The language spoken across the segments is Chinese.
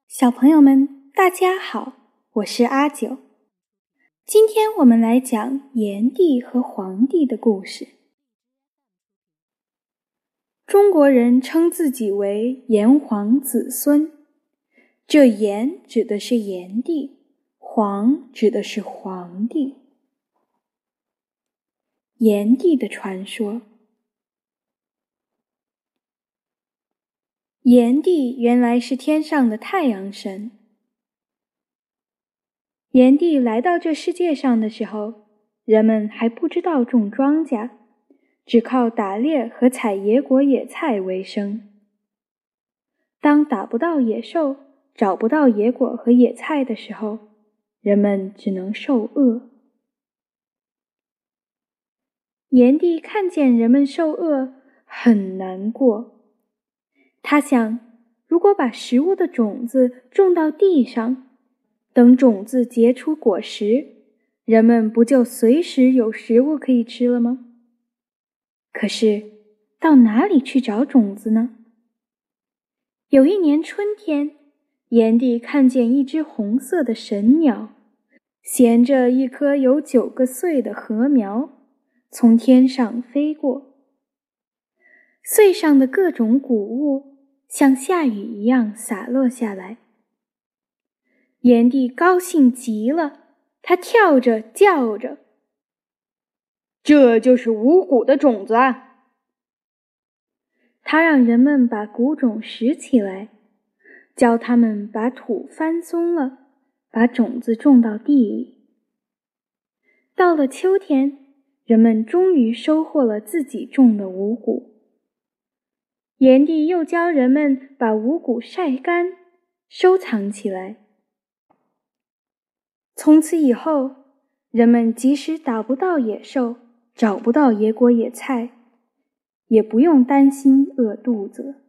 小朋友们，大家好，我是阿九。今天我们来讲炎帝和黄帝的故事。中国人称自己为炎黄子孙，这炎指的是炎帝，黄指的是黄帝。炎帝的传说。炎帝原来是天上的太阳神。炎帝来到这世界上的时候，人们还不知道种庄稼，只靠打猎和采野果野菜为生。当打不到野兽，找不到野果和野菜的时候，人们只能受饿。炎帝看见人们受饿，很难过。他想，如果把食物的种子种到地上，等种子结出果实，人们不就随时有食物可以吃了吗？可是，到哪里去找种子呢？有一年春天，炎帝看见一只红色的神鸟，衔着一棵有9个穗的禾苗，从天上飞过。穗上的各种谷物像下雨一样洒落下来。炎帝高兴极了，他跳着叫着：“ 这就是五谷的种子啊！” 他让人们把谷种拾起来，教他们把土翻松了，把种子种到地里。到了秋天，人们终于收获了自己种的五谷。炎帝又教人们把五谷晒干，收藏起来。从此以后，人们即使打不到野兽，找不到野果野菜，也不用担心饿肚子。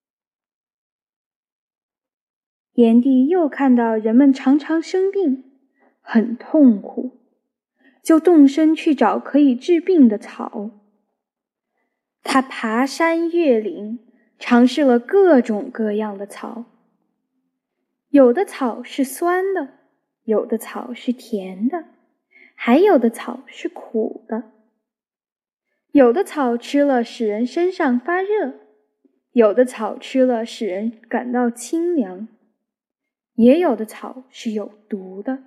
炎帝又看到人们常常生病，很痛苦，就动身去找可以治病的草。他爬山越岭，尝试了各种各样的草。有的草是酸的，有的草是甜的，还有的草是苦的。有的草吃了使人身上发热，有的草吃了使人感到清凉，也有的草是有毒的。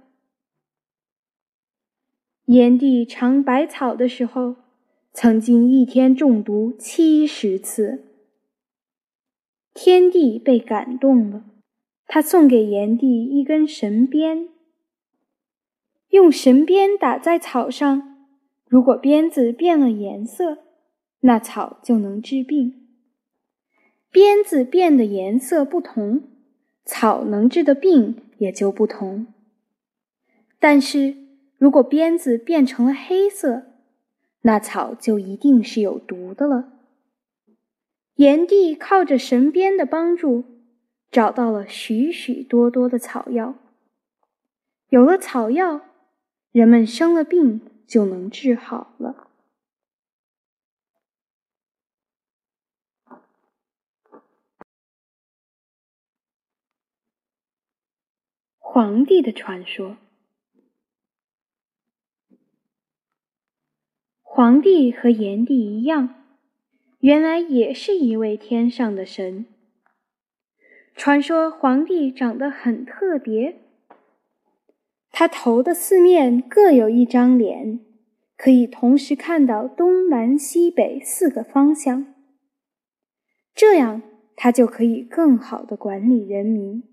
炎帝尝百草的时候，曾经一天中毒70次。天帝被感动了，他送给炎帝一根神鞭，用神鞭打在草上，如果鞭子变了颜色，那草就能治病。鞭子变的颜色不同，草能治的病也就不同。但是如果鞭子变成了黑色，那草就一定是有毒的了。炎帝靠着神鞭的帮助，找到了许许多多的草药。有了草药，人们生了病就能治好了。黄帝的传说。黄帝和炎帝一样，原来也是一位天上的神。传说黄帝长得很特别，他头的4面各有一张脸，可以同时看到东南西北4个方向，这样他就可以更好地管理人民。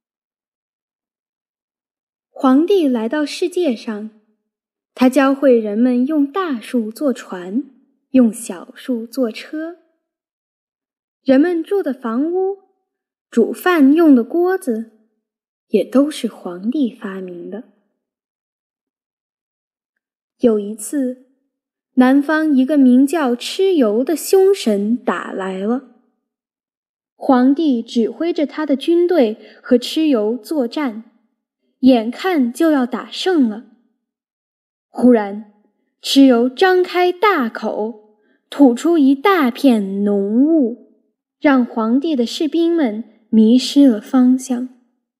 黄帝来到世界上，他教会人们用大树做船，用小树做车。人们住的房屋，煮饭用的锅子，也都是黄帝发明的。有一次，南方一个名叫蚩尤的凶神打来了。黄帝指挥着他的军队和蚩尤作战，眼看就要打胜了。忽然，蚩尤张开大口，吐出一大片浓雾，让黄帝的士兵们迷失了方向。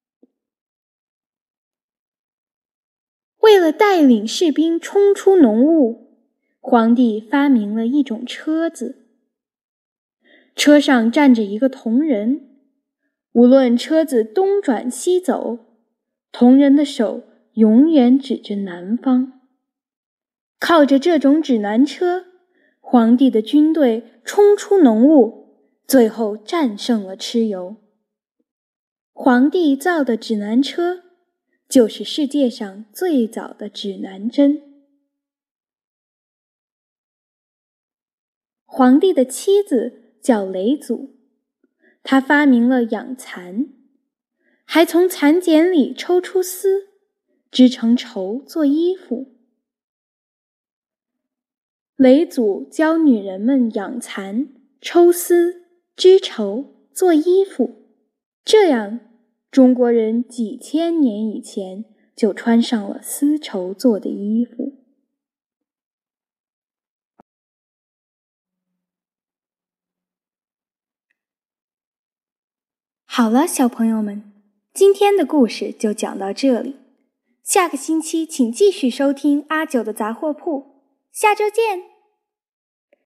为了带领士兵冲出浓雾，皇帝发明了一种车子。车上站着一个铜人，无论车子东转西走，铜人的手永远指着南方。靠着这种指南车，皇帝的军队冲出浓雾，最后战胜了蚩尤。皇帝造的指南车就是世界上最早的指南针。皇帝的妻子叫嫘祖，她发明了养蚕，还从蚕茧里抽出丝，织成绸做衣服。嫘祖教女人们养蚕、抽丝、织绸、做衣服，这样中国人几千年以前就穿上了丝绸做的衣服。好了，小朋友们，今天的故事就讲到这里。下个星期请继续收听阿九的杂货铺，下周见。